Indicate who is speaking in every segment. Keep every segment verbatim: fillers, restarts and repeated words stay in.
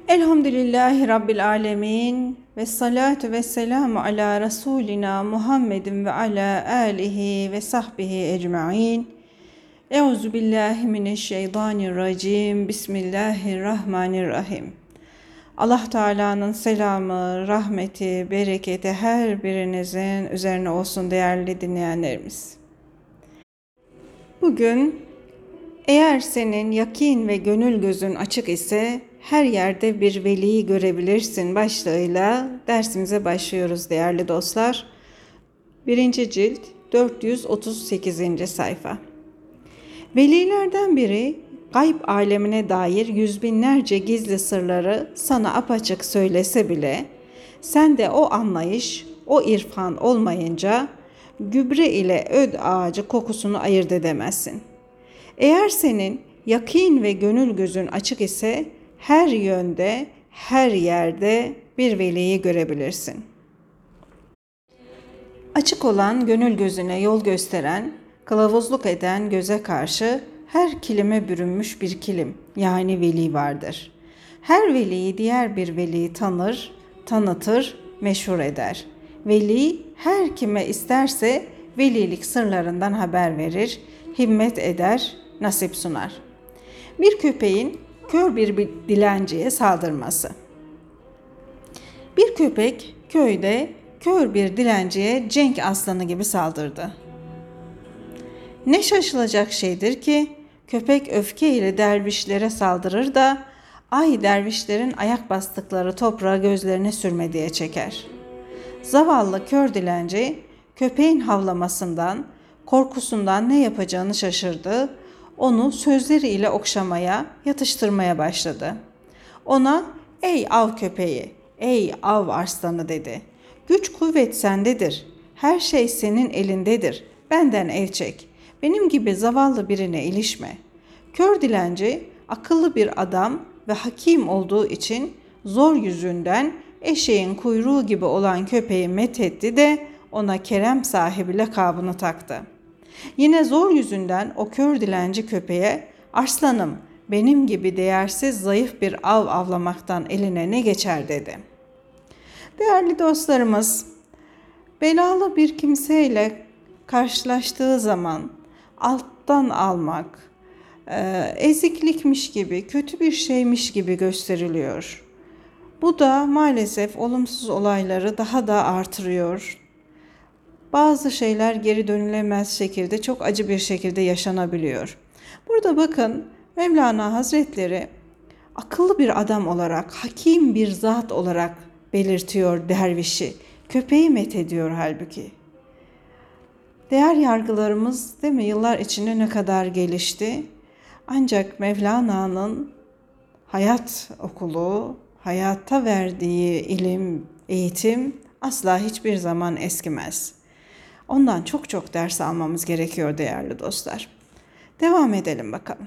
Speaker 1: Elhamdülillahi Rabbil alemin ve salatu ve selamu ala Resulina Muhammedin ve ala alihi ve sahbihi ecmain. Euzu billahi mineşşeytanirracim. Bismillahirrahmanirrahim. Allah Teala'nın selamı, rahmeti, bereketi her birinizin üzerine olsun değerli dinleyenlerimiz. Bugün eğer senin yakin ve gönül gözün açık ise her yerde bir veliyi görebilirsin başlığıyla dersimize başlıyoruz değerli dostlar. Birinci cilt dört yüz otuz sekizinci sayfa. Velilerden biri gayb alemine dair yüz binlerce gizli sırları sana apaçık söylese bile sen de o anlayış, o irfan olmayınca gübre ile öd ağacı kokusunu ayırt edemezsin. Eğer senin yakin ve gönül gözün açık ise her yönde, her yerde bir veliyi görebilirsin. Açık olan gönül gözüne yol gösteren, kılavuzluk eden göze karşı her kilime bürünmüş bir kilim, yani veli vardır. Her veliyi diğer bir veliyi tanır, tanıtır, meşhur eder. Veli her kime isterse velilik sırlarından haber verir, himmet eder, nasip sunar. Bir köpeğin kör bir dilenciye saldırması. Bir köpek köyde kör bir dilenciye cenk aslanı gibi saldırdı. Ne şaşılacak şeydir ki köpek öfkeyle dervişlere saldırır da ay dervişlerin ayak bastıkları toprağı gözlerine sürmediye çeker. Zavallı kör dilenci köpeğin havlamasından, korkusundan ne yapacağını şaşırdı. Onu sözleriyle okşamaya, yatıştırmaya başladı. Ona "Ey av köpeği, ey av arslanı" dedi. "Güç kuvvet sendedir. Her şey senin elindedir. Benden el çek. Benim gibi zavallı birine ilişme." Kör dilenci akıllı bir adam ve hakim olduğu için zor yüzünden eşeğin kuyruğu gibi olan köpeği methetti de ona kerem sahibi lakabını taktı. Yine zor yüzünden o kör dilenci köpeğe "Arslanım, benim gibi değersiz zayıf bir av avlamaktan eline ne geçer?" dedi. Değerli dostlarımız, belalı bir kimseyle karşılaştığı zaman alttan almak, eziklikmiş gibi, kötü bir şeymiş gibi gösteriliyor. Bu da maalesef olumsuz olayları daha da artırıyor. Bazı şeyler geri dönülemez şekilde, çok acı bir şekilde yaşanabiliyor. Burada bakın Mevlana Hazretleri akıllı bir adam olarak, hakim bir zat olarak belirtiyor dervişi. Köpeği methediyor halbuki. Değer yargılarımız değil mi yıllar içinde ne kadar gelişti. Ancak Mevlana'nın hayat okulu, hayatta verdiği ilim, eğitim asla hiçbir zaman eskimez. Ondan çok çok ders almamız gerekiyor değerli dostlar. Devam edelim bakalım.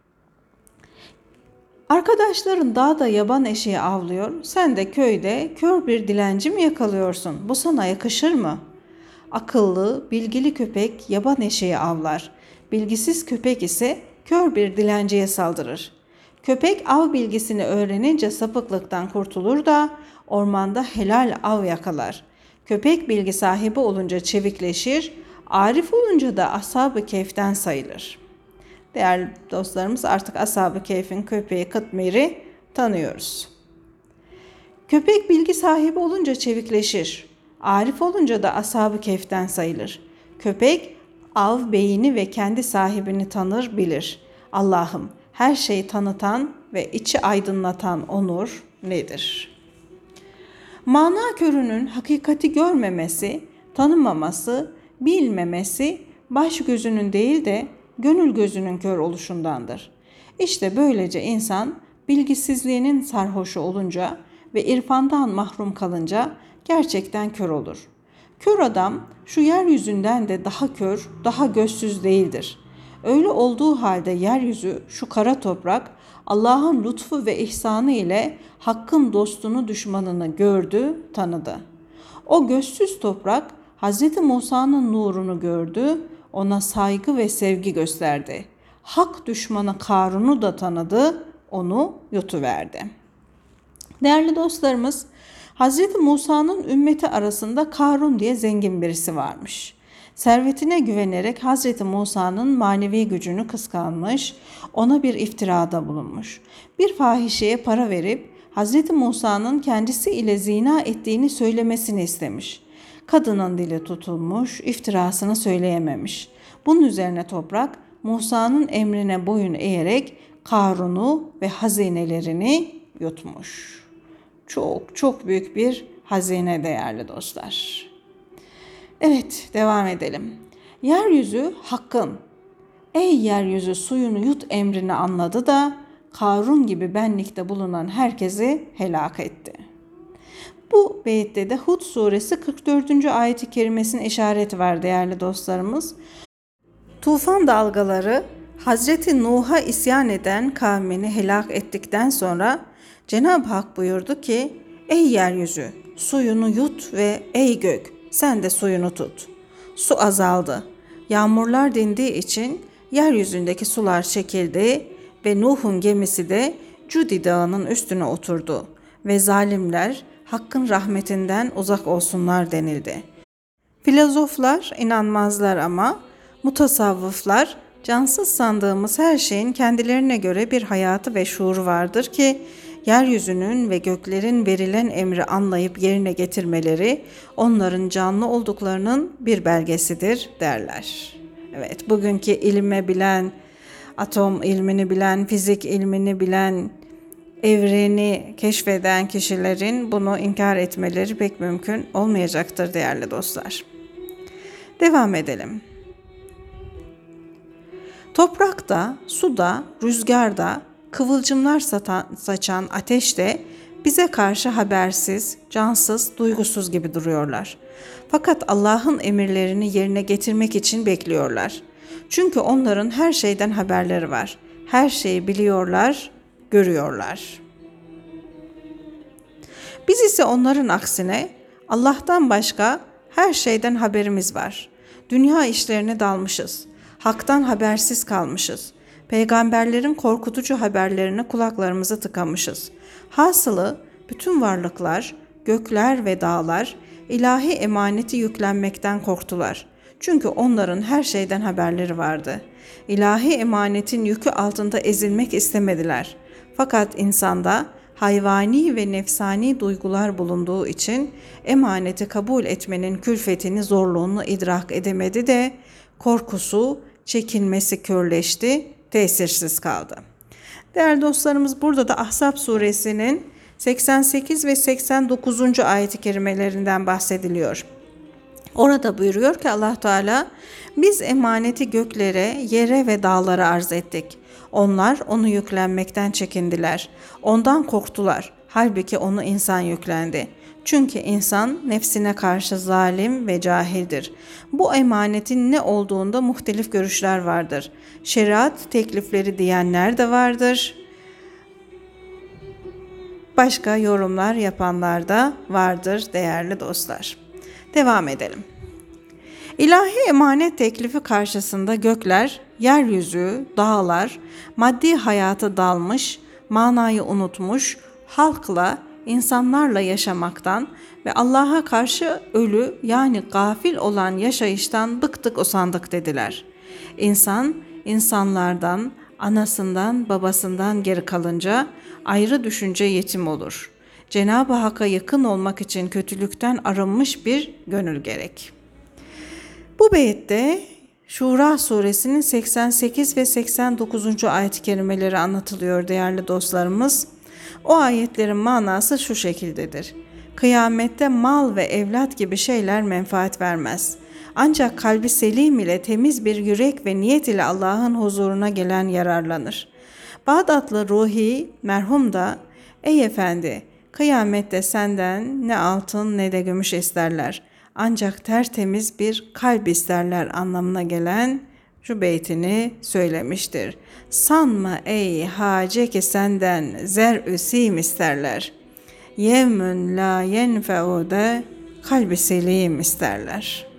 Speaker 1: Arkadaşların dağda yaban eşeği avlıyor, sen de köyde kör bir dilenci mi yakalıyorsun? Bu sana yakışır mı? Akıllı, bilgili köpek yaban eşeği avlar. Bilgisiz köpek ise kör bir dilenciye saldırır. Köpek av bilgisini öğrenince sapıklıktan kurtulur da ormanda helal av yakalar. Köpek bilgi sahibi olunca çevikleşir, arif olunca da ashab-ı keyften sayılır. Değerli dostlarımız, artık ashab-ı keyfin köpeği Kıtmir'i tanıyoruz. Köpek bilgi sahibi olunca çevikleşir, arif olunca da ashab-ı keyften sayılır. Köpek av beyni ve kendi sahibini tanır bilir. Allah'ım, her şeyi tanıtan ve içi aydınlatan onur nedir? Mana körünün hakikati görmemesi, tanımaması, bilmemesi baş gözünün değil de gönül gözünün kör oluşundandır. İşte böylece insan bilgisizliğinin sarhoşu olunca ve irfandan mahrum kalınca gerçekten kör olur. Kör adam şu yeryüzünden de daha kör, daha gözsüz değildir. Öyle olduğu halde yeryüzü, şu kara toprak, Allah'ın lütfu ve ihsanı ile hakkın dostunu düşmanını gördü, tanıdı. O gözsüz toprak Hz. Musa'nın nurunu gördü, ona saygı ve sevgi gösterdi. Hak düşmanı Karun'u da tanıdı, onu yutuverdi. Değerli dostlarımız, Hazreti Musa'nın ümmeti arasında Karun diye zengin birisi varmış. Servetine güvenerek Hazreti Musa'nın manevi gücünü kıskanmış, ona bir iftirada bulunmuş. Bir fahişeye para verip Hazreti Musa'nın kendisi ile zina ettiğini söylemesini istemiş. Kadının dili tutulmuş, iftirasını söyleyememiş. Bunun üzerine toprak Musa'nın emrine boyun eğerek Karun'u ve hazinelerini yutmuş. Çok çok büyük bir hazine değerli dostlar. Evet, devam edelim. Yeryüzü hakkın. Ey yeryüzü suyunu yut emrini anladı da Karun gibi benlikte bulunan herkesi helak etti. Bu beytte de Hud suresi kırk dördüncü ayeti kerimesine işaret var değerli dostlarımız. Tufan dalgaları Hazreti Nuh'a isyan eden kavmini helak ettikten sonra Cenab-ı Hak buyurdu ki, ey yeryüzü suyunu yut ve ey gök sen de suyunu tut. Su azaldı. Yağmurlar dindiği için yeryüzündeki sular çekildi ve Nuh'un gemisi de Cudi dağının üstüne oturdu ve zalimler Hakk'ın rahmetinden uzak olsunlar denildi. Filozoflar inanmazlar ama mutasavvıflar cansız sandığımız her şeyin kendilerine göre bir hayatı ve şuuru vardır ki yeryüzünün ve göklerin verilen emri anlayıp yerine getirmeleri onların canlı olduklarının bir belgesidir derler. Evet, bugünkü ilme bilen, atom ilmini bilen, fizik ilmini bilen, evreni keşfeden kişilerin bunu inkar etmeleri pek mümkün olmayacaktır değerli dostlar. Devam edelim. Toprakta, suda, rüzgarda, kıvılcımlar saçan ateş de bize karşı habersiz, cansız, duygusuz gibi duruyorlar. Fakat Allah'ın emirlerini yerine getirmek için bekliyorlar. Çünkü onların her şeyden haberleri var. Her şeyi biliyorlar, görüyorlar. Biz ise onların aksine Allah'tan başka her şeyden haberimiz var. Dünya işlerine dalmışız. Hak'tan habersiz kalmışız. Peygamberlerin korkutucu haberlerine kulaklarımızı tıkamışız. Hasılı bütün varlıklar, gökler ve dağlar ilahi emaneti yüklenmekten korktular. Çünkü onların her şeyden haberleri vardı. İlahi emanetin yükü altında ezilmek istemediler. Fakat insanda hayvani ve nefsani duygular bulunduğu için emaneti kabul etmenin külfetini, zorluğunu idrak edemedi de korkusu, çekinmesi körleşti, tesirsiz kaldı. Değerli dostlarımız, burada da Ahzab suresinin seksen sekiz ve seksen dokuzuncu ayet-i kerimelerinden bahsediliyor. Orada buyuruyor ki Allah Teala, biz emaneti göklere, yere ve dağlara arz ettik. Onlar onu yüklenmekten çekindiler. Ondan korktular. Halbuki onu insan yüklendi. Çünkü insan nefsine karşı zalim ve cahildir. Bu emanetin ne olduğunda muhtelif görüşler vardır. Şeriat teklifleri diyenler de vardır. Başka yorumlar yapanlar da vardır değerli dostlar. Devam edelim. İlahi emanet teklifi karşısında gökler, yeryüzü, dağlar, maddi hayata dalmış, manayı unutmuş, halkla, insanlarla yaşamaktan ve Allah'a karşı ölü yani gafil olan yaşayıştan bıktık usandık dediler. İnsan, insanlardan, anasından, babasından geri kalınca ayrı düşünce yetim olur. Cenab-ı Hakk'a yakın olmak için kötülükten arınmış bir gönül gerek. Bu beyette Şura suresinin seksen sekiz ve seksen dokuzuncu ayet-i kerimeleri anlatılıyor değerli dostlarımız. O ayetlerin manası şu şekildedir. Kıyamette mal ve evlat gibi şeyler menfaat vermez. Ancak kalbi selim ile temiz bir yürek ve niyet ile Allah'ın huzuruna gelen yararlanır. Bağdatlı Ruhi merhum da, ey efendi, kıyamette senden ne altın ne de gümüş isterler. Ancak tertemiz bir kalp isterler anlamına gelen şu beytini söylemiştir. Sanma ey hace ki senden zer-ü sim isterler. Yevmün la yenfe'ude kalbi selim isterler.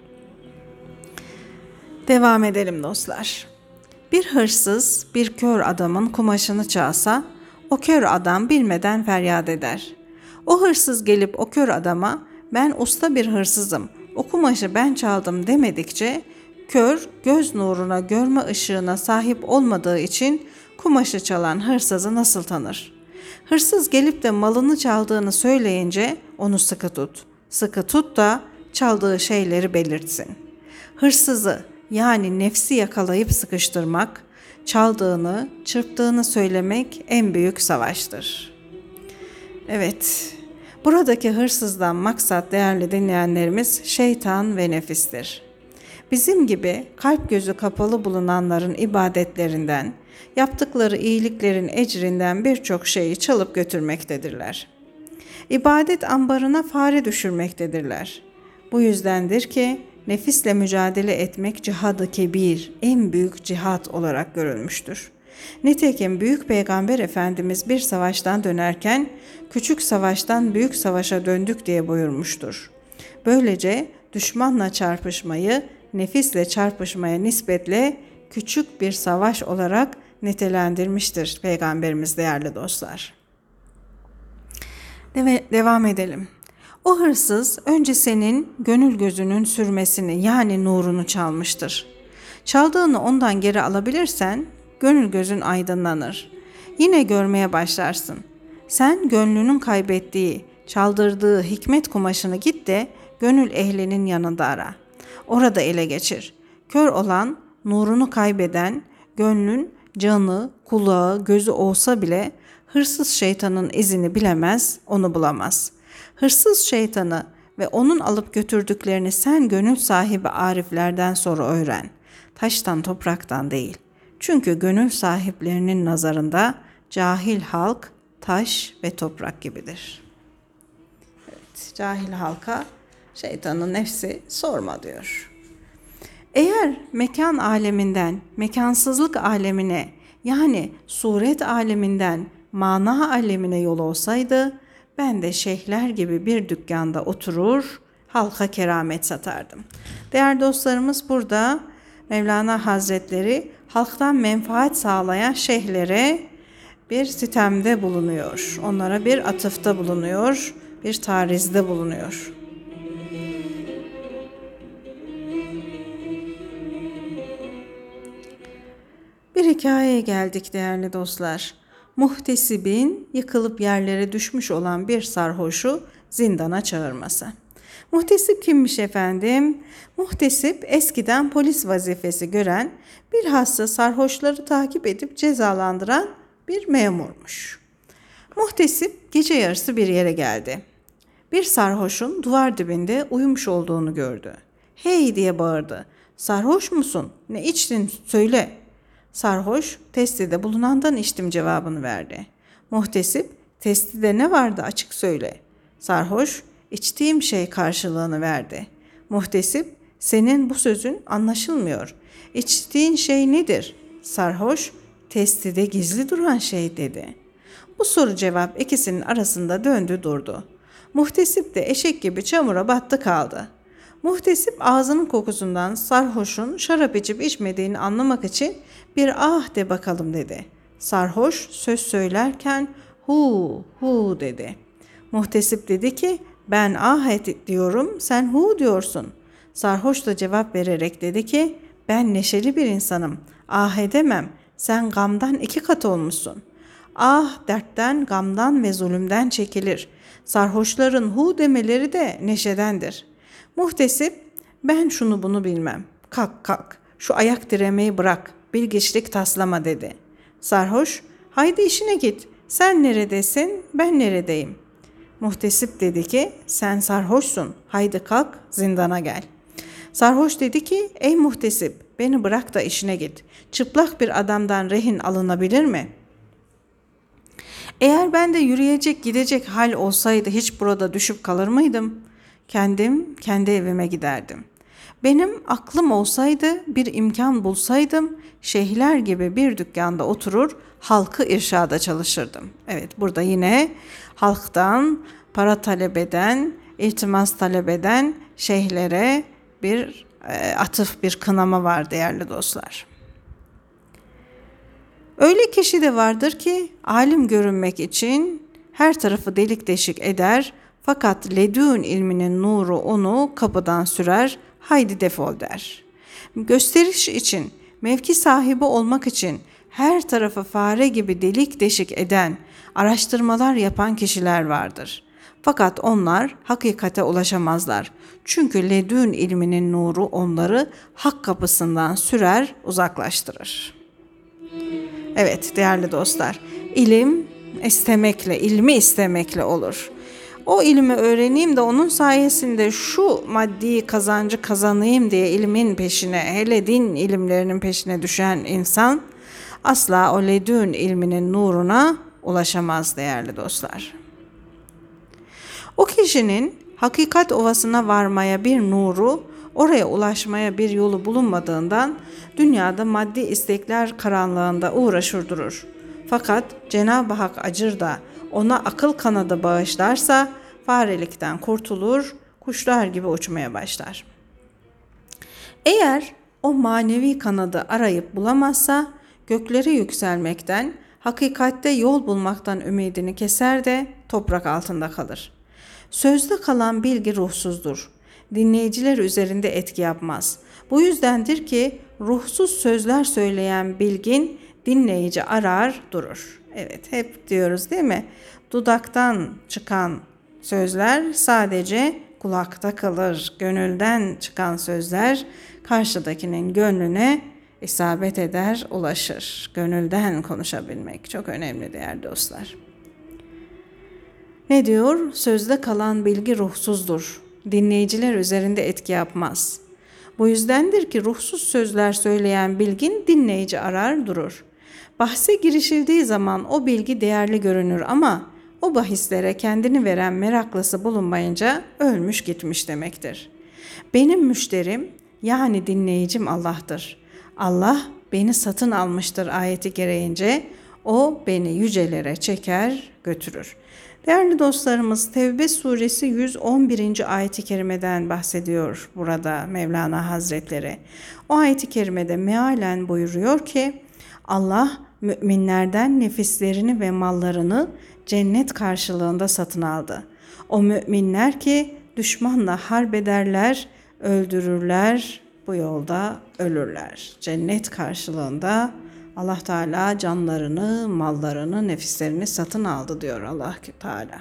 Speaker 1: Devam edelim dostlar. Bir hırsız bir kör adamın kumaşını çalsa, o kör adam bilmeden feryat eder. O hırsız gelip o kör adama ben usta bir hırsızım, o kumaşı ben çaldım demedikçe kör göz nuruna, görme ışığına sahip olmadığı için kumaşı çalan hırsızı nasıl tanır? Hırsız gelip de malını çaldığını söyleyince onu sıkı tut. Sıkı tut da çaldığı şeyleri belirtsin. Hırsızı yani nefsi yakalayıp sıkıştırmak, çaldığını, çırptığını söylemek en büyük savaştır. Evet, buradaki hırsızdan maksat değerli dinleyenlerimiz şeytan ve nefistir. Bizim gibi kalp gözü kapalı bulunanların ibadetlerinden, yaptıkları iyiliklerin ecrinden birçok şeyi çalıp götürmektedirler. İbadet ambarına fare düşürmektedirler. Bu yüzdendir ki nefisle mücadele etmek cihad-ı kebir, en büyük cihat olarak görülmüştür. Nitekim Büyük Peygamber Efendimiz bir savaştan dönerken küçük savaştan büyük savaşa döndük diye buyurmuştur. Böylece düşmanla çarpışmayı nefisle çarpışmaya nispetle küçük bir savaş olarak nitelendirmiştir Peygamberimiz değerli dostlar. Devam edelim. O hırsız önce senin gönül gözünün sürmesini yani nurunu çalmıştır. Çaldığını ondan geri alabilirsen gönül gözün aydınlanır. Yine görmeye başlarsın. Sen gönlünün kaybettiği, çaldırdığı hikmet kumaşını git de gönül ehlinin yanında ara. Orada ele geçir. Kör olan, nurunu kaybeden, gönlün canı, kulağı, gözü olsa bile hırsız şeytanın izini bilemez, onu bulamaz. Hırsız şeytanı ve onun alıp götürdüklerini sen gönül sahibi ariflerden sonra öğren. Taştan topraktan değil. Çünkü gönül sahiplerinin nazarında cahil halk taş ve toprak gibidir. Evet, cahil halka şeytanın nefsi sorma diyor. Eğer mekan aleminden mekansızlık alemine yani suret aleminden mana alemine yol olsaydı ben de şeyhler gibi bir dükkanda oturur halka keramet satardım. Değerli dostlarımız burada Mevlana Hazretleri halktan menfaat sağlayan şeyhlere bir sitemde bulunuyor. Onlara bir atıfta bulunuyor, bir tarizde bulunuyor. Bir hikayeye geldik değerli dostlar. Muhtesibin yıkılıp yerlere düşmüş olan bir sarhoşu zindana çağırması. Muhtesip kimmiş efendim? Muhtesip eskiden polis vazifesi gören, bilhassa sarhoşları takip edip cezalandıran bir memurmuş. Muhtesip gece yarısı bir yere geldi. Bir sarhoşun duvar dibinde uyumuş olduğunu gördü. Hey diye bağırdı. Sarhoş musun? Ne içtin? Söyle. Sarhoş, testide bulunandan içtim cevabını verdi. Muhtesip, testide ne vardı açık söyle. Sarhoş, içtiğim şey karşılığını verdi. Muhtesip, senin bu sözün anlaşılmıyor. İçtiğin şey nedir? Sarhoş, testide gizli duran şey dedi. Bu soru cevap ikisinin arasında döndü durdu. Muhtesip de eşek gibi çamura battı kaldı. Muhtesip ağzının kokusundan sarhoşun şarap içip içmediğini anlamak için bir ah de bakalım dedi. Sarhoş söz söylerken hu hu dedi. Muhtesip dedi ki ben ah et diyorum sen hu diyorsun. Sarhoş da cevap vererek dedi ki ben neşeli bir insanım ah edemem sen gamdan iki kat olmuşsun. Ah dertten, gamdan ve zulümden çekilir. Sarhoşların hu demeleri de neşedendir. Muhtesip, ben şunu bunu bilmem. Kalk kalk, şu ayak diremeyi bırak, bilgiçlik taslama dedi. Sarhoş, haydi işine git. Sen neredesin, ben neredeyim? Muhtesip dedi ki, sen sarhoşsun, haydi kalk, zindana gel. Sarhoş dedi ki, ey muhtesip, beni bırak da işine git. Çıplak bir adamdan rehin alınabilir mi? Eğer ben de yürüyecek gidecek hal olsaydı hiç burada düşüp kalır mıydım? Kendim kendi evime giderdim. Benim aklım olsaydı bir imkan bulsaydım şeyhler gibi bir dükkanda oturur halkı irşada çalışırdım. Evet burada yine halktan para talep eden, iltimas talep eden şeyhlere bir e, atıf bir kınama var değerli dostlar. Öyle kişi de vardır ki alim görünmek için her tarafı delik deşik eder. Fakat ledün ilminin nuru onu kapıdan sürer, haydi defol der. Gösteriş için, mevki sahibi olmak için her tarafı fare gibi delik deşik eden, araştırmalar yapan kişiler vardır. Fakat onlar hakikate ulaşamazlar. Çünkü ledün ilminin nuru onları hak kapısından sürer, uzaklaştırır. Evet değerli dostlar, ilim istemekle, ilmi istemekle olur. O ilmi öğreneyim de onun sayesinde şu maddi kazancı kazanayım diye ilmin peşine, hele din ilimlerinin peşine düşen insan asla o ledün ilminin nuruna ulaşamaz değerli dostlar. O kişinin hakikat ovasına varmaya bir nuru, oraya ulaşmaya bir yolu bulunmadığından dünyada maddi istekler karanlığında uğraşır durur. Fakat Cenab-ı Hak acır da ona akıl kanadı bağışlarsa farelikten kurtulur, kuşlar gibi uçmaya başlar. Eğer o manevi kanadı arayıp bulamazsa göklere yükselmekten, hakikatte yol bulmaktan ümidini keser de toprak altında kalır. Sözde kalan bilgi ruhsuzdur. Dinleyiciler üzerinde etki yapmaz. Bu yüzdendir ki ruhsuz sözler söyleyen bilgin dinleyici arar durur. Evet hep diyoruz değil mi? Dudaktan çıkan sözler sadece kulakta kalır. Gönülden çıkan sözler karşıdakinin gönlüne isabet eder, ulaşır. Gönülden konuşabilmek çok önemli değerli dostlar. Ne diyor? Sözde kalan bilgi ruhsuzdur. Dinleyiciler üzerinde etki yapmaz. Bu yüzdendir ki ruhsuz sözler söyleyen bilgin dinleyici arar durur. Bahse girişildiği zaman o bilgi değerli görünür ama o bahislere kendini veren meraklısı bulunmayınca ölmüş gitmiş demektir. Benim müşterim yani dinleyicim Allah'tır. Allah beni satın almıştır ayeti gereğince o beni yücelere çeker götürür. Değerli dostlarımız Tevbe suresi yüz on birinci ayet-i kerimeden bahsediyor burada Mevlana Hazretleri. O ayet-i kerimede mealen buyuruyor ki Allah müminlerden nefislerini ve mallarını cennet karşılığında satın aldı. O müminler ki düşmanla harp ederler, öldürürler, bu yolda ölürler. Cennet karşılığında Allah Teala canlarını, mallarını, nefislerini satın aldı diyor Allah Teala.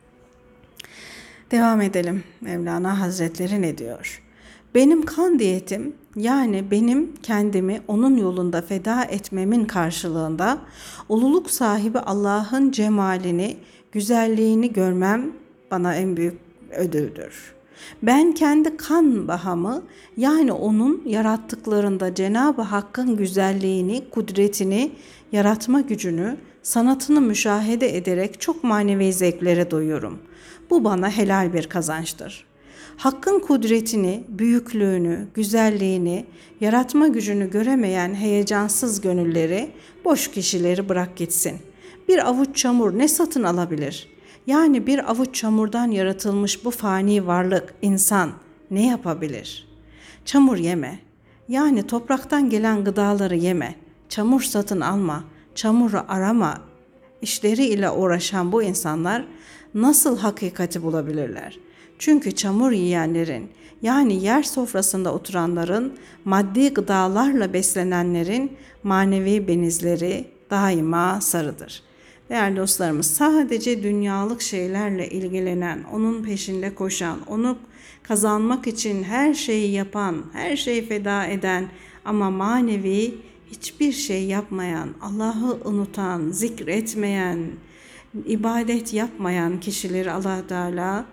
Speaker 1: Devam edelim. Mevlana Hazretleri ne diyor? Benim kan diyetim yani benim kendimi onun yolunda feda etmemin karşılığında ululuk sahibi Allah'ın cemalini, güzelliğini görmem bana en büyük ödüldür. Ben kendi kan bahamı yani onun yarattıklarında Cenab-ı Hakk'ın güzelliğini, kudretini, yaratma gücünü, sanatını müşahede ederek çok manevi zevklere doyuyorum. Bu bana helal bir kazançtır. Hakkın kudretini, büyüklüğünü, güzelliğini, yaratma gücünü göremeyen heyecansız gönülleri, boş kişileri bırak gitsin. Bir avuç çamur ne satın alabilir? Yani bir avuç çamurdan yaratılmış bu fani varlık, insan ne yapabilir? Çamur yeme. Yani topraktan gelen gıdaları yeme. Çamur satın alma. Çamuru arama. İşleriyle uğraşan bu insanlar nasıl hakikati bulabilirler? Çünkü çamur yiyenlerin yani yer sofrasında oturanların, maddi gıdalarla beslenenlerin manevi benizleri daima sarıdır. Değerli dostlarımız sadece dünyalık şeylerle ilgilenen, onun peşinde koşan, onu kazanmak için her şeyi yapan, her şeyi feda eden ama manevi hiçbir şey yapmayan, Allah'ı unutan, zikretmeyen, ibadet yapmayan kişileri Allah Teala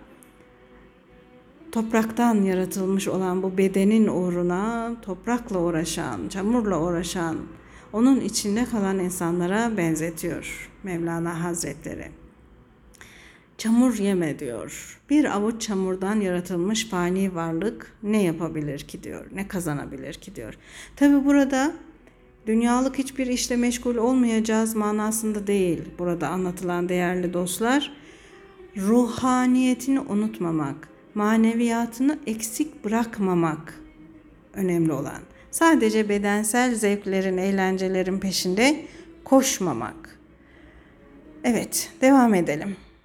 Speaker 1: topraktan yaratılmış olan bu bedenin uğruna toprakla uğraşan, çamurla uğraşan, onun içinde kalan insanlara benzetiyor Mevlana Hazretleri. Çamur yeme diyor. Bir avuç çamurdan yaratılmış fani varlık ne yapabilir ki diyor, ne kazanabilir ki diyor. Tabi burada dünyalık hiçbir işle meşgul olmayacağız manasında değil. Burada anlatılan değerli dostlar, ruhaniyetini unutmamak, maneviyatını eksik bırakmamak önemli olan. Sadece bedensel zevklerin, eğlencelerin peşinde koşmamak. Evet, devam edelim.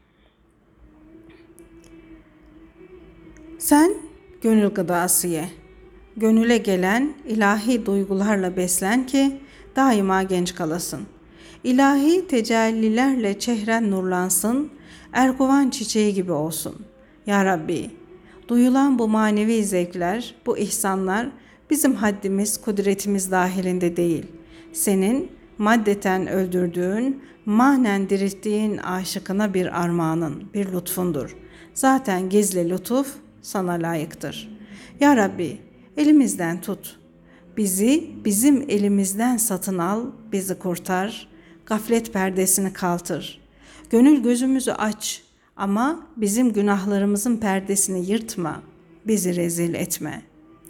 Speaker 1: Sen gönül gıdası ye. Gönüle gelen ilahi duygularla beslen ki daima genç kalasın. İlahi tecellilerle çehren nurlansın, erguvan çiçeği gibi olsun. Ya Rabbi, duyulan bu manevi zevkler, bu ihsanlar bizim haddimiz, kudretimiz dahilinde değil. Senin maddeten öldürdüğün, manen dirilttiğin aşıkına bir armağanın, bir lütfundur. Zaten gizli lütuf sana layıktır. Ya Rabbi, elimizden tut. Bizi bizim elimizden satın al, bizi kurtar, gaflet perdesini kaltır. Gönül gözümüzü aç ama bizim günahlarımızın perdesini yırtma, bizi rezil etme.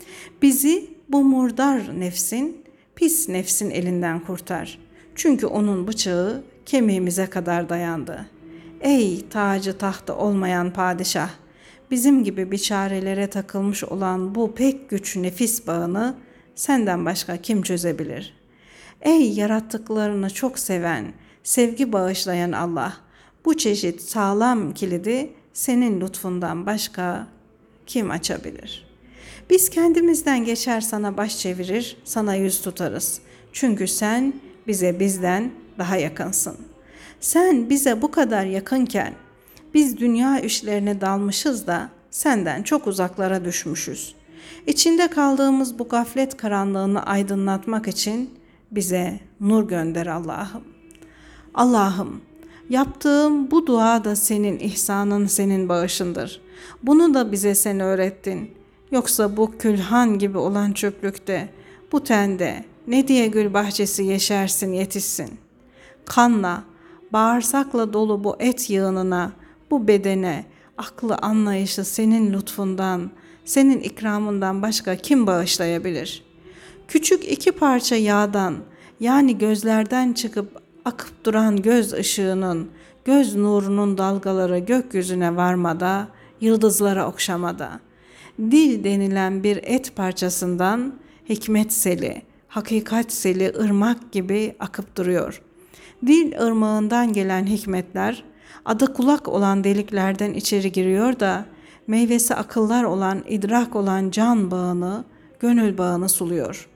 Speaker 1: Bizi bu murdar nefsin, pis nefsin elinden kurtar. Çünkü onun bıçağı kemiğimize kadar dayandı. Ey tacı tahtı olmayan padişah, bizim gibi biçarelere takılmış olan bu pek güç nefis bağını senden başka kim çözebilir? Ey yarattıklarını çok seven, sevgi bağışlayan Allah, bu çeşit sağlam kilidi senin lütfundan başka kim açabilir? Biz kendimizden geçer sana baş çevirir, sana yüz tutarız. Çünkü sen bize bizden daha yakınsın. Sen bize bu kadar yakınken biz dünya işlerine dalmışız da senden çok uzaklara düşmüşüz. İçinde kaldığımız bu gaflet karanlığını aydınlatmak için bize nur gönder Allah'ım. Allah'ım, yaptığım bu dua da senin ihsanın, senin bağışındır. Bunu da bize sen öğrettin. Yoksa bu külhan gibi olan çöplükte, bu tende ne diye gül bahçesi yeşersin, yetişsin. Kanla, bağırsakla dolu bu et yığınına, bu bedene, aklı anlayışı senin lütfundan, senin ikramından başka kim bağışlayabilir? Küçük iki parça yağdan, yani gözlerden çıkıp akıp duran göz ışığının, göz nurunun dalgaları gökyüzüne varmada, yıldızlara okşamada, dil denilen bir et parçasından hikmet seli, hakikat seli ırmak gibi akıp duruyor. Dil ırmağından gelen hikmetler, adı kulak olan deliklerden içeri giriyor da, meyvesi akıllar olan, idrak olan can bağını, gönül bağını suluyor.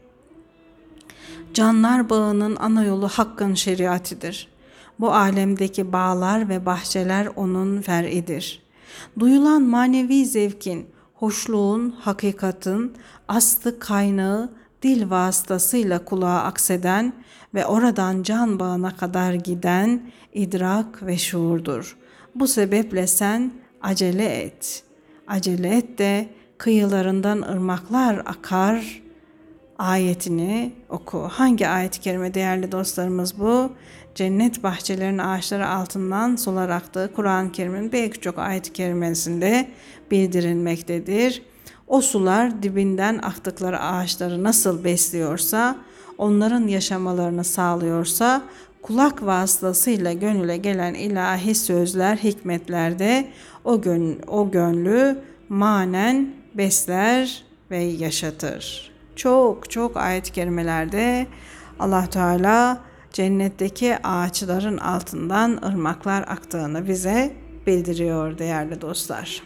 Speaker 1: Canlar bağının ana yolu Hakk'ın şeriatidir. Bu alemdeki bağlar ve bahçeler onun fer'idir. Duyulan manevi zevkin, hoşluğun, hakikatin, aslı kaynağı dil vasıtasıyla kulağa akseden ve oradan can bağına kadar giden idrak ve şuurdur. Bu sebeple sen acele et. Acele et de kıyılarından ırmaklar akar ayetini oku. Hangi ayet-i kerime değerli dostlarımız bu? Cennet bahçelerinin ağaçları altından sular aktığı Kur'an-ı Kerim'in pek çok ayet-i kerimesinde bildirilmektedir. O sular dibinden aktıkları ağaçları nasıl besliyorsa, onların yaşamalarını sağlıyorsa, kulak vasıtasıyla gönüle gelen ilahi sözler, hikmetler de o, gön o gönlü manen besler ve yaşatır. Çok çok ayet-i kerimelerde Allah Teala cennetteki ağaçların altından ırmaklar aktığını bize bildiriyor değerli dostlar.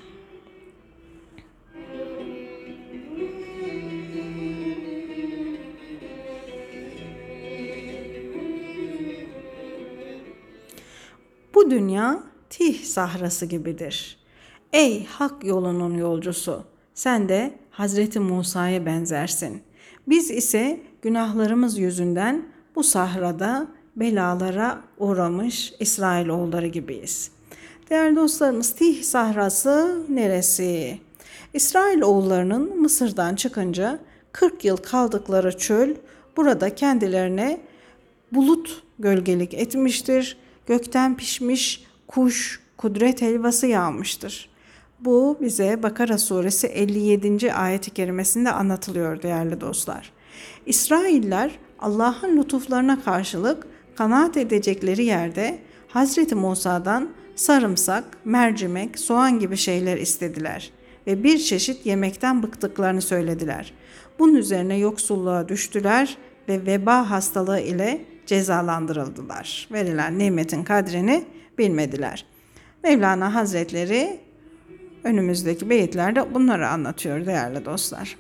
Speaker 1: Bu dünya tih sahrası gibidir. Ey hak yolunun yolcusu, sen de Hazreti Musa'ya benzersin. Biz ise günahlarımız yüzünden bu sahrada belalara uğramış İsrailoğulları gibiyiz. Değerli dostlarımız, Tih sahrası neresi? İsrailoğullarının Mısır'dan çıkınca kırk yıl kaldıkları çöl burada kendilerine bulut gölgelik etmiştir. Gökten pişmiş kuş, kudret helvası yağmıştır. Bu bize Bakara suresi elli yedinci ayet-i kerimesinde anlatılıyor değerli dostlar. İsrailler Allah'ın lütuflarına karşılık kanaat edecekleri yerde Hazreti Musa'dan sarımsak, mercimek, soğan gibi şeyler istediler ve bir çeşit yemekten bıktıklarını söylediler. Bunun üzerine yoksulluğa düştüler ve veba hastalığı ile cezalandırıldılar. Verilen nimetin kadrini bilmediler. Mevlana Hazretleri Önümüzdeki beyitlerde bunları anlatıyor değerli dostlar.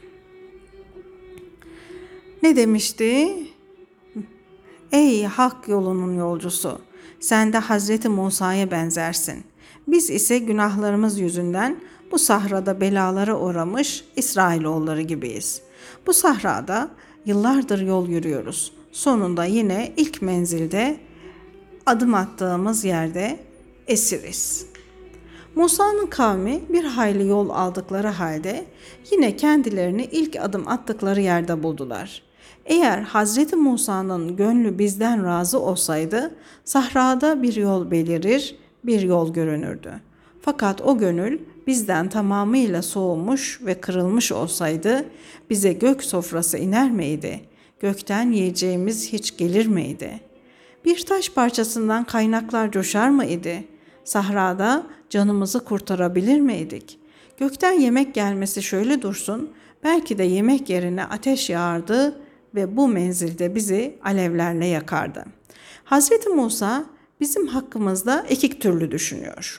Speaker 1: Ne demişti? Ey hak yolunun yolcusu, sen de Hazreti Musa'ya benzersin. Biz ise günahlarımız yüzünden bu sahrada belalara uğramış İsrailoğulları gibiyiz. Bu sahrada yıllardır yol yürüyoruz. Sonunda yine ilk menzilde, adım attığımız yerde esiriz. Musa'nın kavmi bir hayli yol aldıkları halde yine kendilerini ilk adım attıkları yerde buldular. Eğer Hazreti Musa'nın gönlü bizden razı olsaydı, sahrada bir yol belirir, bir yol görünürdü. Fakat o gönül bizden tamamıyla soğumuş ve kırılmış olsaydı, bize gök sofrası iner miydi? Gökten yiyeceğimiz hiç gelir miydi? Bir taş parçasından kaynaklar coşar mı idi? Sahrada canımızı kurtarabilir miydik? Gökten yemek gelmesi şöyle dursun, belki de yemek yerine ateş yağardı ve bu menzilde bizi alevlerle yakardı. Hazreti Musa bizim hakkımızda iki türlü düşünüyor.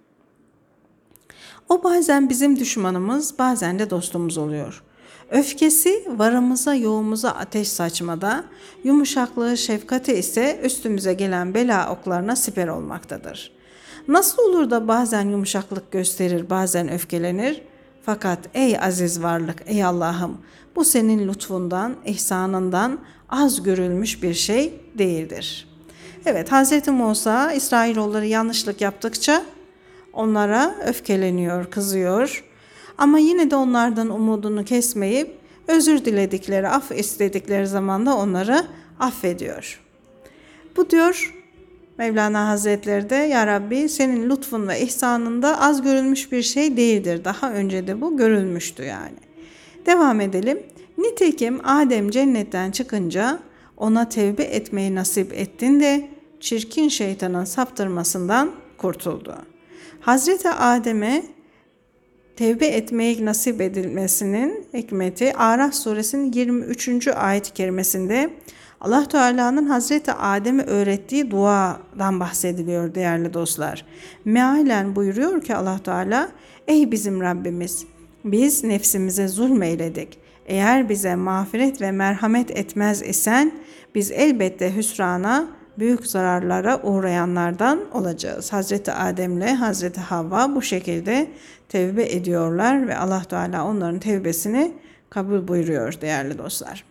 Speaker 1: O bazen bizim düşmanımız, bazen de dostumuz oluyor. Öfkesi varımıza yoğumuza ateş saçmada, yumuşaklığı şefkati ise üstümüze gelen bela oklarına siper olmaktadır. Nasıl olur da bazen yumuşaklık gösterir, bazen öfkelenir? Fakat ey aziz varlık, ey Allah'ım, bu senin lütfundan, ihsanından az görülmüş bir şey değildir. Evet, Hz. Musa İsrailoğulları yanlışlık yaptıkça onlara öfkeleniyor, kızıyor. Ama yine de onlardan umudunu kesmeyip özür diledikleri, af istedikleri zaman da onları affediyor. Bu diyor Mevlana Hazretleri de, ya Rabbi senin lütfun ve ihsanında az görülmüş bir şey değildir. Daha önce de bu görülmüştü yani. Devam edelim. Nitekim Adem cennetten çıkınca ona tevbe etmeyi nasip ettin de çirkin şeytanın saptırmasından kurtuldu. Hazreti Adem'e tevbe etmeyi nasip edilmesinin hikmeti Araf suresinin yirmi üçüncü ayet-i kerimesinde Allah Teala'nın Hazreti Adem'e öğrettiği duadan bahsediliyor değerli dostlar. Mealen buyuruyor ki Allah Teala, ey bizim Rabbimiz, biz nefsimize zulmeyledik. Eğer bize mağfiret ve merhamet etmez isen biz elbette hüsrana, büyük zararlara uğrayanlardan olacağız. Hazreti Adem'le Hazreti Havva bu şekilde tevbe ediyorlar ve Allah Teala onların tevbesini kabul buyuruyor değerli dostlar.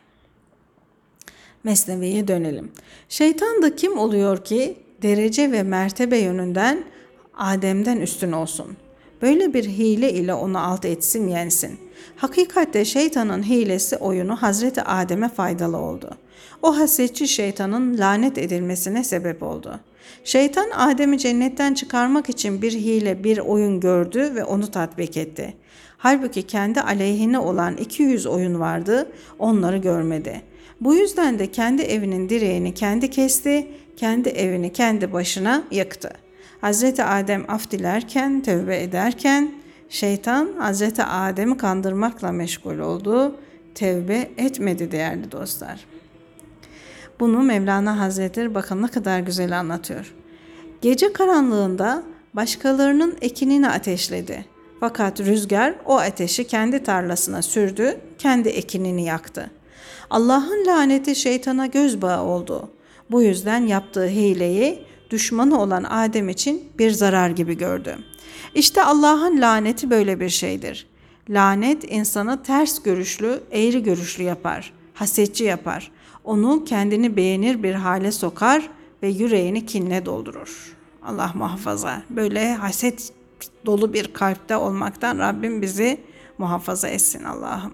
Speaker 1: Mesnevi'ye dönelim. Şeytan da kim oluyor ki derece ve mertebe yönünden Adem'den üstün olsun? Böyle bir hile ile onu alt etsin, yensin. Hakikatte şeytanın hilesi oyunu Hazreti Adem'e faydalı oldu. O hasetçi şeytanın lanet edilmesine sebep oldu. Şeytan Adem'i cennetten çıkarmak için bir hile, bir oyun gördü ve onu tatbik etti. Halbuki kendi aleyhine olan iki yüz oyun vardı, onları görmedi. Bu yüzden de kendi evinin direğini kendi kesti, kendi evini kendi başına yaktı. Hazreti Adem af dilerken, tövbe ederken şeytan Hazreti Adem'i kandırmakla meşgul oldu, tevbe etmedi değerli dostlar. Bunu Mevlana Hazretleri bakın ne kadar güzel anlatıyor. Gece karanlığında başkalarının ekinini ateşledi. Fakat rüzgar o ateşi kendi tarlasına sürdü, kendi ekinini yaktı. Allah'ın laneti şeytana göz bağı oldu. Bu yüzden yaptığı hileyi düşmanı olan Adem için bir zarar gibi gördü. İşte Allah'ın laneti böyle bir şeydir. Lanet insanı ters görüşlü, eğri görüşlü yapar, hasetçi yapar. Onu kendini beğenir bir hale sokar ve yüreğini kinle doldurur. Allah muhafaza. Böyle haset dolu bir kalpte olmaktan Rabbim bizi muhafaza etsin Allah'ım.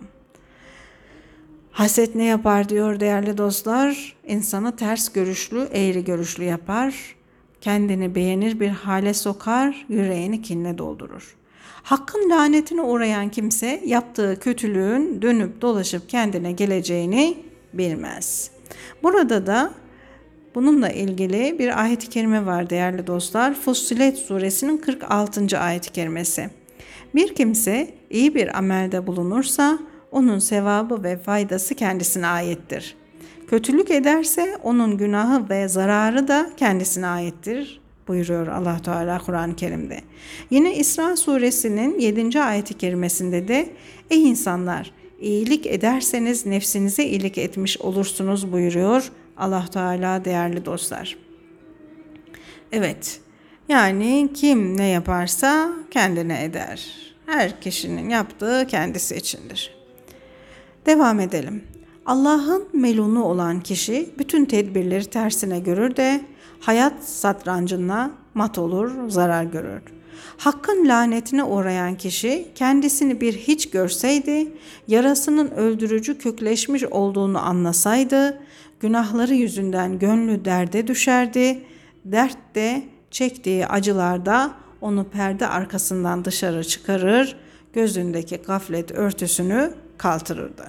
Speaker 1: Haset ne yapar diyor değerli dostlar? İnsanı ters görüşlü, eğri görüşlü yapar. Kendini beğenir bir hale sokar, yüreğini kinle doldurur. Hakkın lanetine uğrayan kimse yaptığı kötülüğün dönüp dolaşıp kendine geleceğini bilmez. Burada da bununla ilgili bir ayet-i kerime var değerli dostlar. Fussilet suresinin kırk altıncı ayet-i kerimesi. Bir kimse iyi bir amelde bulunursa onun sevabı ve faydası kendisine aittir. Kötülük ederse onun günahı ve zararı da kendisine aittir buyuruyor Allah Teala Kur'an-ı Kerim'de. Yine İsra suresinin yedinci ayeti kerimesinde de ey insanlar iyilik ederseniz nefsinize iyilik etmiş olursunuz buyuruyor Allah Teala değerli dostlar. Evet, yani kim ne yaparsa kendine eder. Her kişinin yaptığı kendisi içindir. Devam edelim. Allah'ın melunu olan kişi bütün tedbirleri tersine görür de hayat satrancına mat olur, zarar görür. Hakkın lanetine uğrayan kişi kendisini bir hiç görseydi, yarasının öldürücü kökleşmiş olduğunu anlasaydı, günahları yüzünden gönlü derde düşerdi, dert de çektiği acılarda onu perde arkasından dışarı çıkarır, gözündeki gaflet örtüsünü kaldırırdı.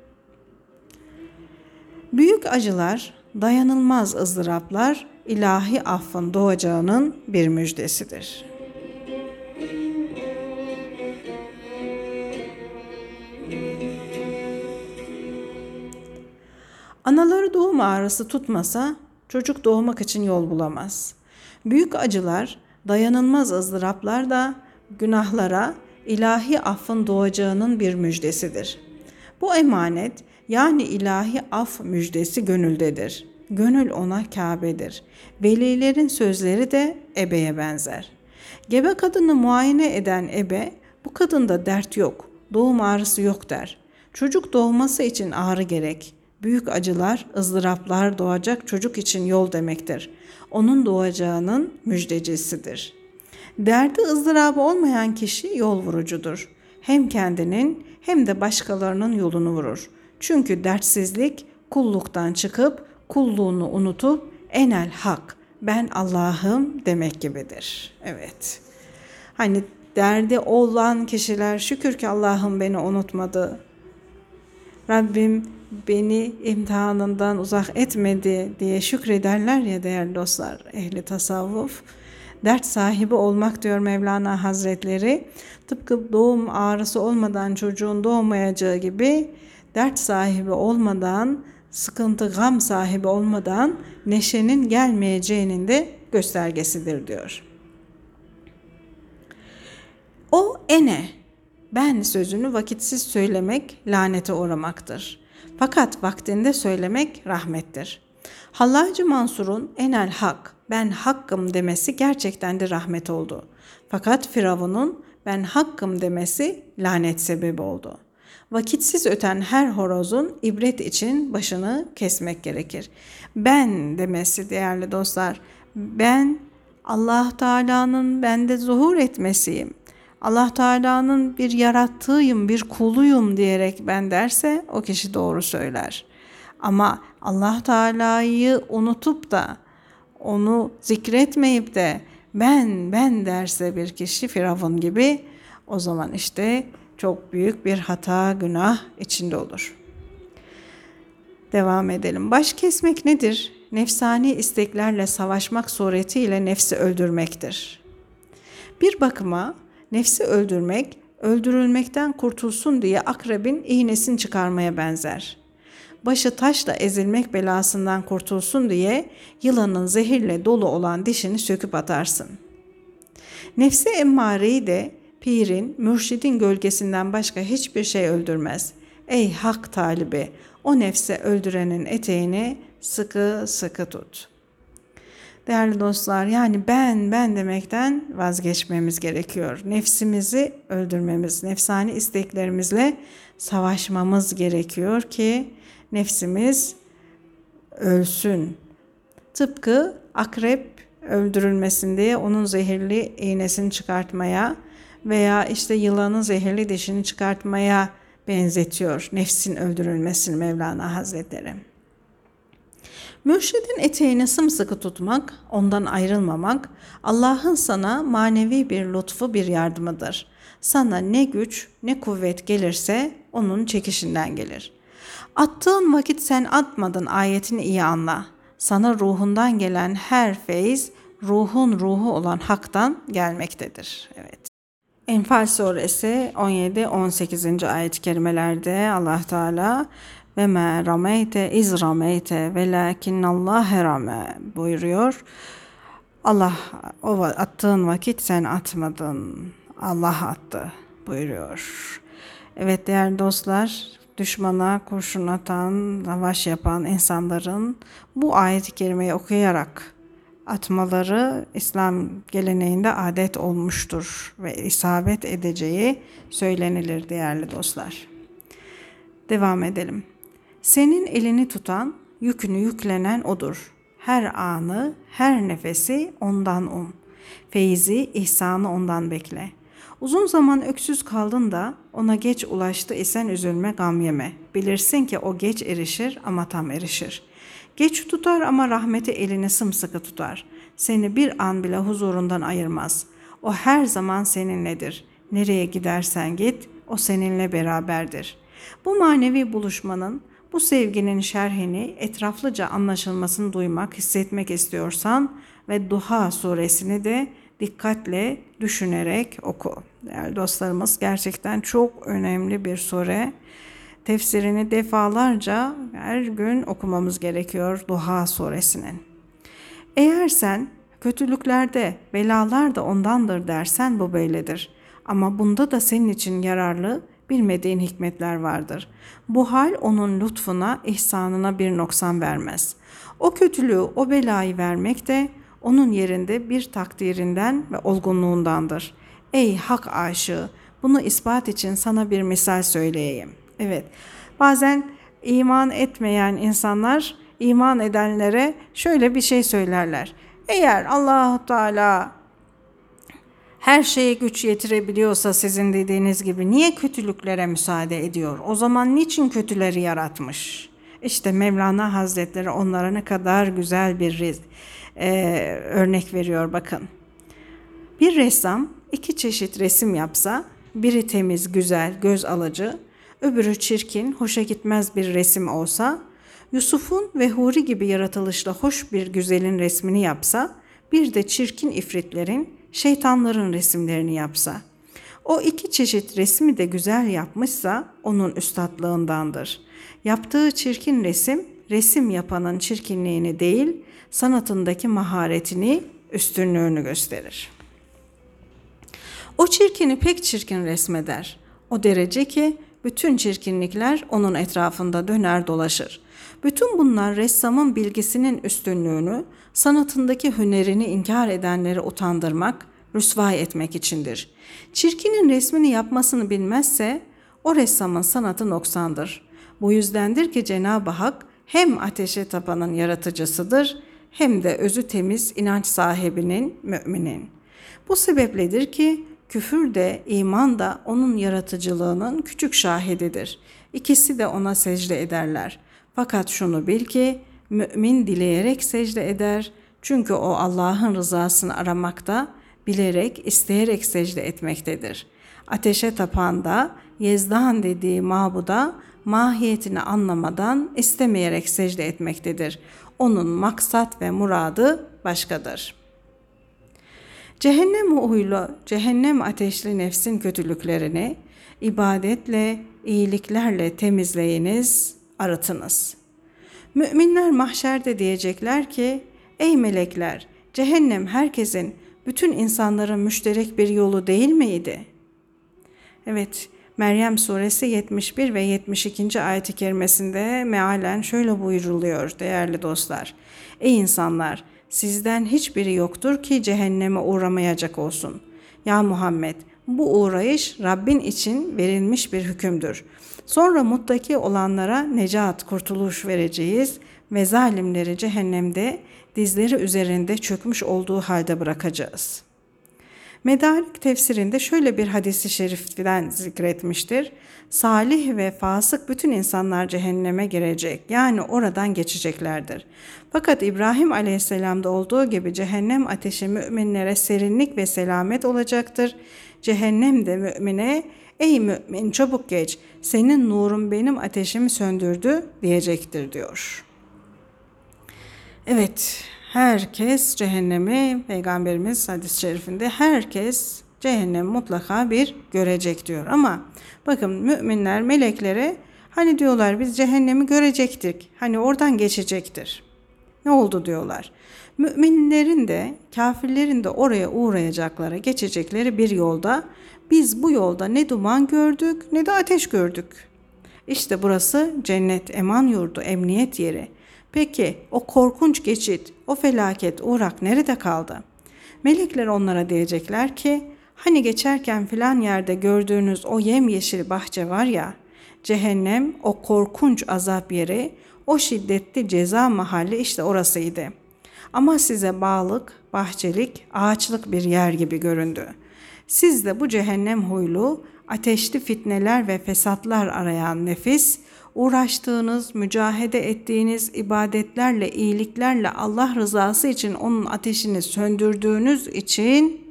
Speaker 1: Büyük acılar, dayanılmaz ızdıraplar, ilahi affın doğacağının bir müjdesidir. Anaları doğum ağrısı tutmasa, çocuk doğmak için yol bulamaz. Büyük acılar, dayanılmaz ızdıraplar da günahlara, ilahi affın doğacağının bir müjdesidir. Bu emanet, yani ilahi af müjdesi gönüldedir. Gönül ona Kabe'dir. Velilerin sözleri de ebeye benzer. Gebe kadını muayene eden ebe, bu kadında dert yok, doğum ağrısı yok der. Çocuk doğması için ağrı gerek. Büyük acılar, ızdıraplar doğacak çocuk için yol demektir. Onun doğacağının müjdecisidir. Derdi ızdırabı olmayan kişi yol vurucudur. Hem kendinin hem de başkalarının yolunu vurur. Çünkü dertsizlik kulluktan çıkıp kulluğunu unutup enel hak, ben Allah'ım demek gibidir. Evet. Hani derdi olan kişiler şükür ki Allah'ım beni unutmadı. Rabbim beni imtihanından uzak etmedi diye şükrederler ya değerli dostlar, ehli tasavvuf. Dert sahibi olmak diyor Mevlana Hazretleri. Tıpkı doğum ağrısı olmadan çocuğun doğmayacağı gibi dert sahibi olmadan, sıkıntı, gam sahibi olmadan neşenin gelmeyeceğinin de göstergesidir diyor. O ene, ben sözünü vakitsiz söylemek lanete uğramaktır. Fakat vaktinde söylemek rahmettir. Hallacı Mansur'un enel hak, ben hakkım demesi gerçekten de rahmet oldu. Fakat Firavun'un ben hakkım demesi lanet sebebi oldu. Vakitsiz öten her horozun ibret için başını kesmek gerekir. Ben demesi değerli dostlar, ben Allah Teala'nın bende zuhur etmesiyim. Allah Teala'nın bir yarattığıyım, bir kuluyum diyerek ben derse o kişi doğru söyler. Ama Allah Teala'yı unutup da onu zikretmeyip de ben ben derse bir kişi Firavun gibi, o zaman işte çok büyük bir hata, günah içinde olur. Devam edelim. Baş kesmek nedir? Nefsani isteklerle savaşmak suretiyle nefsi öldürmektir. Bir bakıma nefsi öldürmek, öldürülmekten kurtulsun diye akrebin iğnesini çıkarmaya benzer. Başı taşla ezilmek belasından kurtulsun diye yılanın zehirle dolu olan dişini söküp atarsın. Nefsi emmareyi de pirin, mürşidin gölgesinden başka hiçbir şey öldürmez. Ey hak talibi, o nefse öldürenin eteğini sıkı sıkı tut. Değerli dostlar, yani ben ben demekten vazgeçmemiz gerekiyor. Nefsimizi öldürmemiz, nefsani isteklerimizle savaşmamız gerekiyor ki nefsimiz ölsün. Tıpkı akrep öldürülmesin diye onun zehirli iğnesini çıkartmaya veya işte yılanın zehirli dişini çıkartmaya benzetiyor nefsin öldürülmesini Mevlana Hazretleri. Mürşidin eteğini sımsıkı tutmak, ondan ayrılmamak, Allah'ın sana manevi bir lütfu, bir yardımıdır. Sana ne güç ne kuvvet gelirse onun çekişinden gelir. Attığın vakit sen atmadın ayetini iyi anla. Sana ruhundan gelen her feyz, ruhun ruhu olan haktan gelmektedir. Evet. Enfal suresi on yedi on sekizinci ayet-i kerimelerde Allah Teala ve ma rameyte iz rameyte velakinnallâhe rame buyuruyor. Allah o attığın vakit sen atmadın. Allah attı buyuruyor. Evet değerli dostlar, düşmana kurşun atan, savaş yapan insanların bu ayet-i kerimeyi okuyarak atmaları İslam geleneğinde adet olmuştur ve isabet edeceği söylenilir değerli dostlar. Devam edelim. Senin elini tutan, yükünü yüklenen odur. Her anı, her nefesi ondan um. Feyzi, ihsanı ondan bekle. Uzun zaman öksüz kaldın da ona geç ulaştı isen üzülme gam yeme. Bilirsin ki o geç erişir ama tam erişir. Geç tutar ama rahmeti elini sımsıkı tutar. Seni bir an bile huzurundan ayırmaz. O her zaman seninledir. Nereye gidersen git, o seninle beraberdir. Bu manevi buluşmanın, bu sevginin şerhini etraflıca anlaşılmasını duymak, hissetmek istiyorsan ve Duha suresini de dikkatle düşünerek oku. Değerli dostlarımız, gerçekten çok önemli bir sure. Tefsirini defalarca her gün okumamız gerekiyor Duha suresinin. Eğer sen kötülüklerde, belalar da ondandır dersen bu böyledir. Ama bunda da senin için yararlı, bilmediğin hikmetler vardır. Bu hal onun lütfuna, ihsanına bir noksan vermez. O kötülüğü, o belayı vermek de onun yerinde bir takdirinden ve olgunluğundandır. Ey hak aşığı, bunu ispat için sana bir misal söyleyeyim. Evet, bazen iman etmeyen insanlar iman edenlere şöyle bir şey söylerler. Eğer Allah-u Teala her şeye güç yetirebiliyorsa sizin dediğiniz gibi niye kötülüklere müsaade ediyor? O zaman niçin kötüleri yaratmış? İşte Mevlana Hazretleri onlara ne kadar güzel bir e, örnek veriyor bakın. Bir ressam iki çeşit resim yapsa, biri temiz, güzel, göz alıcı, öbürü çirkin, hoşa gitmez bir resim olsa, Yusuf'un ve Huri gibi yaratılışla hoş bir güzelin resmini yapsa, bir de çirkin ifritlerin, şeytanların resimlerini yapsa. O iki çeşit resmi de güzel yapmışsa onun üstadlığındandır. Yaptığı çirkin resim, resim yapanın çirkinliğini değil, sanatındaki maharetini, üstünlüğünü gösterir. O çirkini pek çirkin resmeder. O derece ki bütün çirkinlikler onun etrafında döner dolaşır. Bütün bunlar ressamın bilgisinin üstünlüğünü, sanatındaki hünerini inkar edenleri utandırmak, rüsvay etmek içindir. Çirkinin resmini yapmasını bilmezse o ressamın sanatı noksandır. Bu yüzdendir ki Cenab-ı Hak hem ateşe tapanın yaratıcısıdır hem de özü temiz inanç sahibinin, müminin. Bu sebepledir ki küfür de iman da onun yaratıcılığının küçük şahididir. İkisi de ona secde ederler. Fakat şunu bil ki mümin dileyerek secde eder. Çünkü o Allah'ın rızasını aramakta, bilerek, isteyerek secde etmektedir. Ateşe tapan da Yezdan dediği mabuda mahiyetini anlamadan istemeyerek secde etmektedir. Onun maksat ve muradı başkadır. Cehennem huylu, cehennem ateşli nefsin kötülüklerini ibadetle, iyiliklerle temizleyiniz, arıtınız. Müminler mahşerde diyecekler ki, ey melekler, cehennem herkesin, bütün insanların müşterek bir yolu değil miydi? Evet, Meryem suresi yetmiş bir ve yetmiş ikinci ayet-i kerimesinde mealen şöyle buyruluyor değerli dostlar. Ey insanlar, sizden hiçbiri yoktur ki cehenneme uğramayacak olsun. Ya Muhammed, bu uğrayış Rabbin için verilmiş bir hükümdür. Sonra muttaki olanlara necat, kurtuluş vereceğiz ve zalimleri cehennemde dizleri üzerinde çökmüş olduğu halde bırakacağız. Medarik tefsirinde şöyle bir hadis-i şeriften zikretmiştir. Salih ve fasık bütün insanlar cehenneme girecek, yani oradan geçeceklerdir. Fakat İbrahim Aleyhisselam'da olduğu gibi cehennem ateşi müminlere serinlik ve selamet olacaktır. Cehennem de mümine, ey mümin çabuk geç, senin nurun benim ateşimi söndürdü diyecektir diyor. Evet, herkes cehennemi, Peygamberimiz hadis-i şerifinde herkes cehennem mutlaka bir görecek diyor. Ama bakın müminler meleklere hani diyorlar biz cehennemi görecektik, hani oradan geçecektir. Ne oldu diyorlar. Müminlerin de kafirlerin de oraya uğrayacakları, geçecekleri bir yolda biz bu yolda ne duman gördük ne de ateş gördük. İşte burası cennet, eman yurdu, emniyet yeri. Peki o korkunç geçit, o felaket, uğrak nerede kaldı? Melekler onlara diyecekler ki, hani geçerken filan yerde gördüğünüz o yemyeşil bahçe var ya, cehennem, o korkunç azap yeri, o şiddetli ceza mahalli işte orasıydı. Ama size bağlık, bahçelik, ağaçlık bir yer gibi göründü. Siz de bu cehennem huylu, ateşli fitneler ve fesatlar arayan nefis, uğraştığınız, mücahede ettiğiniz ibadetlerle, iyiliklerle Allah rızası için onun ateşini söndürdüğünüz için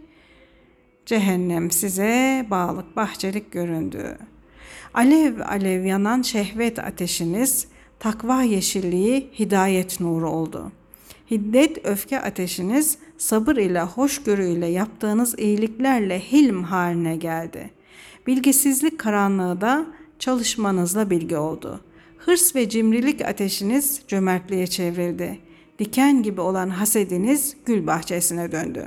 Speaker 1: cehennem size bağlık, bahçelik göründü. Alev alev yanan şehvet ateşiniz, takva yeşilliği, hidayet nuru oldu. Hiddet öfke ateşiniz, sabır ile, hoşgörü ile yaptığınız iyiliklerle hilm haline geldi. Bilgisizlik karanlığı da çalışmanızla bilgi oldu. Hırs ve cimrilik ateşiniz cömertliğe çevrildi. Diken gibi olan hasediniz gül bahçesine döndü.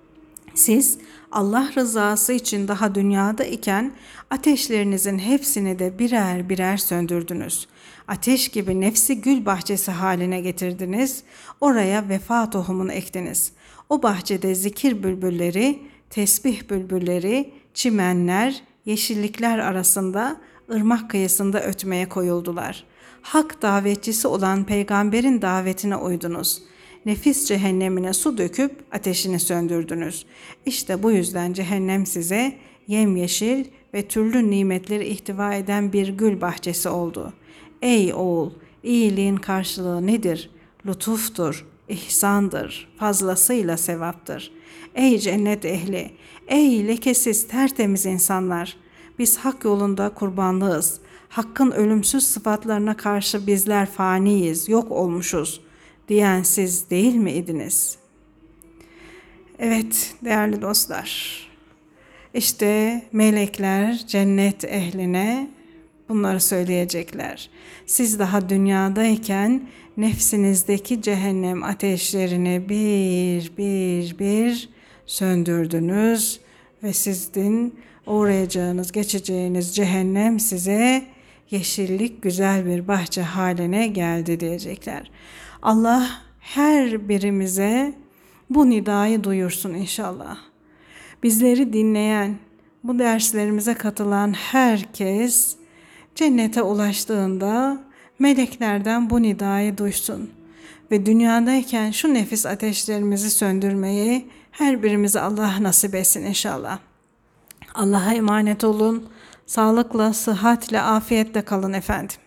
Speaker 1: Siz Allah rızası için daha dünyada iken ateşlerinizin hepsini de birer birer söndürdünüz. Ateş gibi nefsi gül bahçesi haline getirdiniz. Oraya vefa tohumunu ektiniz. O bahçede zikir bülbülleri, tesbih bülbülleri, çimenler, yeşillikler arasında ırmak kıyısında ötmeye koyuldular. Hak davetçisi olan peygamberin davetine uydunuz. Nefis cehennemine su döküp ateşini söndürdünüz. İşte bu yüzden cehennem size yemyeşil ve türlü nimetleri ihtiva eden bir gül bahçesi oldu. Ey oğul, iyiliğin karşılığı nedir? Lütuftur, ihsandır, fazlasıyla sevaptır. Ey cennet ehli, ey lekesiz tertemiz insanlar, biz hak yolunda kurbanlığız. Hakkın ölümsüz sıfatlarına karşı bizler faniyiz, yok olmuşuz diyen siz değil mi idiniz? Evet değerli dostlar, işte melekler cennet ehline bunları söyleyecekler. Siz daha dünyadayken nefsinizdeki cehennem ateşlerini bir bir bir söndürdünüz ve sizin uğrayacağınız, geçeceğiniz cehennem size yeşillik, güzel bir bahçe haline geldi diyecekler. Allah her birimize bu nidayı duyursun inşallah. Bizleri dinleyen, bu derslerimize katılan herkes cennete ulaştığında meleklerden bu nidayı duysun. Ve dünyadayken şu nefis ateşlerimizi söndürmeyi her birimize Allah nasip etsin inşallah. Allah'a emanet olun. Sağlıkla, sıhhatle, afiyetle kalın efendim.